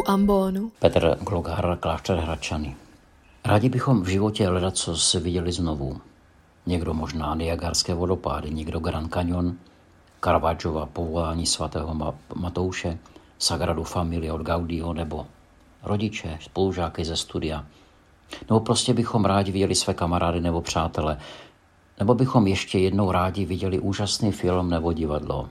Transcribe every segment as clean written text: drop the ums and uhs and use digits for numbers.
U ambonu. Petr Glogar, Klášter Hradčany. Rádi bychom v životě ledacos se viděli znovu. Někdo možná Niagarské vodopády, někdo Grand Canyon, Caravaggova povolání svatého Matouše, Sagradu Familia od Gaudiho, nebo rodiče, spolužáky ze studia. Nebo prostě bychom rádi viděli své kamarády nebo přátele. Nebo bychom ještě jednou rádi viděli úžasný film nebo divadlo.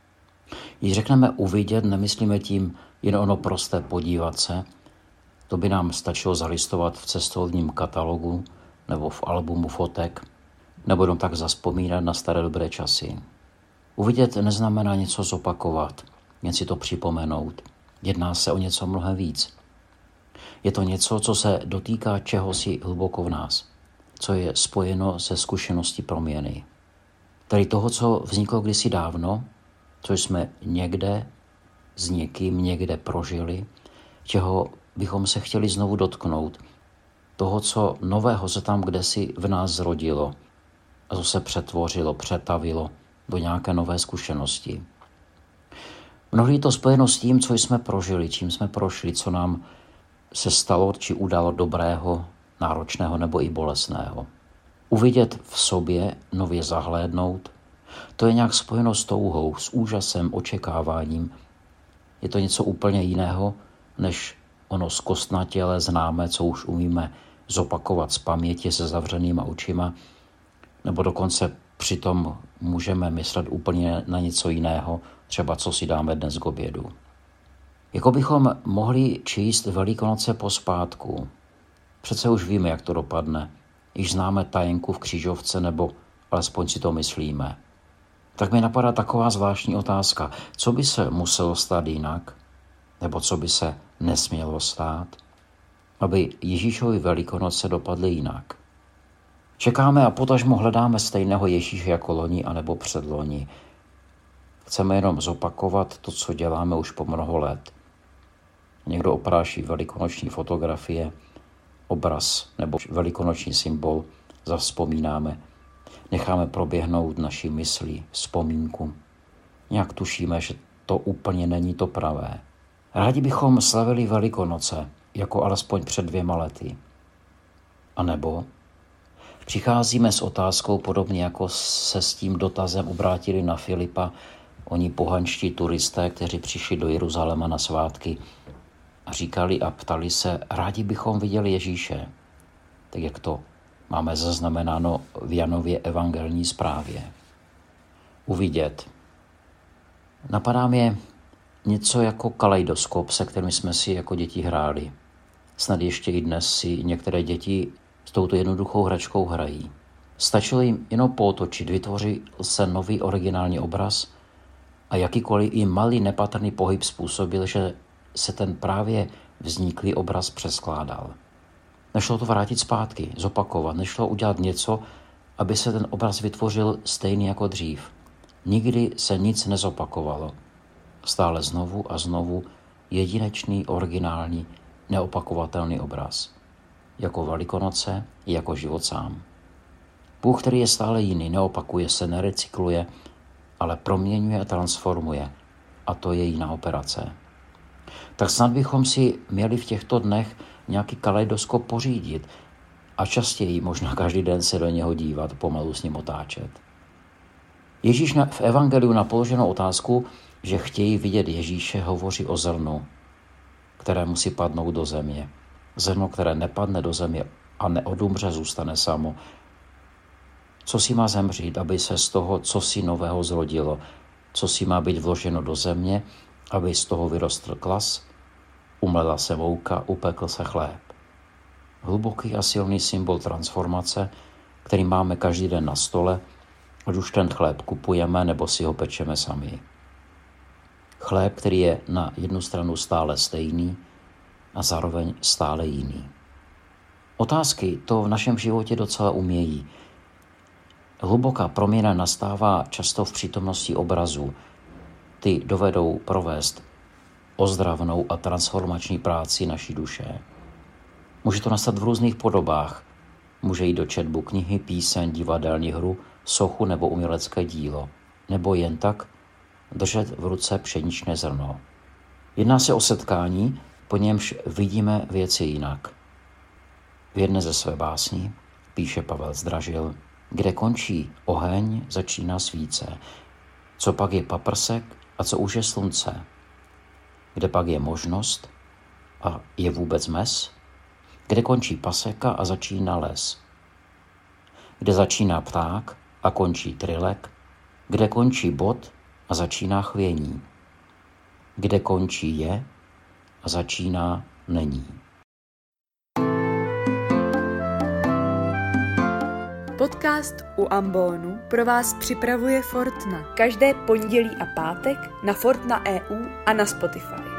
Když řekneme uvidět, nemyslíme tím jen ono prosté podívat se. To by nám stačilo zalistovat v cestovním katalogu nebo v albumu fotek, nebo jenom tak zazpomínat na staré dobré časy. Uvidět neznamená něco zopakovat, jen si to připomenout. Jedná se o něco mnohem víc. Je to něco, co se dotýká čehosi hluboko v nás, co je spojeno se zkušeností proměny. Tedy toho, co vzniklo kdysi dávno, co jsme někde s někým někde prožili, čeho bychom se chtěli znovu dotknout, toho, co nového se tam kdesi v nás zrodilo a co se přetvořilo, přetavilo do nějaké nové zkušenosti. Mnohdy je to spojeno s tím, co jsme prožili, čím jsme prošli, co nám se stalo či udalo dobrého, náročného nebo i bolestného. Uvidět v sobě, nově zahlédnout, to je nějak spojeno s touhou, s úžasem, očekáváním. Je to něco úplně jiného, než ono zkostnatělé známé, co už umíme zopakovat z paměti se zavřenýma očima, nebo dokonce přitom můžeme myslet úplně na něco jiného, třeba co si dáme dnes k obědu. Jako bychom mohli číst Velikonoce pospátku. Přece už víme, jak to dopadne, již známe tajenku v křížovce, nebo alespoň si to myslíme. Tak mi napadá taková zvláštní otázka, co by se muselo stát jinak, nebo co by se nesmělo stát, aby Ježíšovi Velikonoce dopadly jinak. Čekáme a potažmo hledáme stejného Ježíše jako loni anebo předloni. Chceme jenom zopakovat to, co děláme už po mnoho let. Někdo opráší velikonoční fotografie, obraz nebo velikonoční symbol, zavzpomínáme. Necháme proběhnout naši mysli, vzpomínku. Nějak tušíme, že to úplně není to pravé. Rádi bychom slavili Velikonoce, jako alespoň před 2 lety. A nebo přicházíme s otázkou podobně, jako se s tím dotazem obrátili na Filipa oni pohanští turisté, kteří přišli do Jeruzaléma na svátky a říkali a ptali se, rádi bychom viděli Ježíše. Tak jak to máme zaznamenáno v Janově evangelní zprávě. Uvidět. Napadá mě něco jako kaleidoskop, se kterým jsme si jako děti hráli. Snad ještě i dnes si některé děti s touto jednoduchou hračkou hrají. Stačilo jim jenom pootočit, vytvořil se nový originální obraz a jakýkoliv i malý nepatrný pohyb způsobil, že se ten právě vzniklý obraz přeskládal. Nešlo to vrátit zpátky, zopakovat, nešlo udělat něco, aby se ten obraz vytvořil stejný jako dřív. Nikdy se nic nezopakovalo. Stále znovu a znovu jedinečný, originální, neopakovatelný obraz. Jako Velikonoce, jako život sám. Bůh, který je stále jiný, neopakuje se, nerecykluje, ale proměňuje a transformuje. A to je jiná operace. Tak snad bychom si měli v těchto dnech nějaký kaleidoskop pořídit a častěji, možná každý den se do něho dívat, pomalu s ním otáčet. Ježíš v evangeliu na položenou otázku, že chtějí vidět Ježíše, hovoří o zrnu, které musí padnout do země. Zrno, které nepadne do země a neodumře, zůstane samo. Co si má zemřít, aby se z toho, co si nového zrodilo, co si má být vloženo do země, aby z toho vyrostl klas, umlela se mouka, upekl se chléb. Hluboký a silný symbol transformace, který máme každý den na stole, ať už ten chléb kupujeme nebo si ho pečeme sami. Chléb, který je na jednu stranu stále stejný a zároveň stále jiný. Otázky to v našem životě docela umějí. Hluboká proměna nastává často v přítomnosti obrazů. Ty dovedou provést ozdravnou a transformační práci naší duše. Může to nastat v různých podobách. Může jít do četbu knihy, píseň, divadelní hru, sochu nebo umělecké dílo. Nebo jen tak držet v ruce pšeničné zrno. Jedná se o setkání, po němž vidíme věci jinak. V jedné ze své básní píše Pavel Zdražil: kde končí oheň, začíná svíce. Co pak je paprsek a co už je slunce? Kde pak je možnost a je vůbec mez? Kde končí paseka a začíná les? Kde začíná pták a končí trilek? Kde končí bod a začíná chvění? Kde končí je a začíná není? Podcast u Ambonu pro vás připravuje Fortna. Každé pondělí a pátek na Fortna.eu a na Spotify.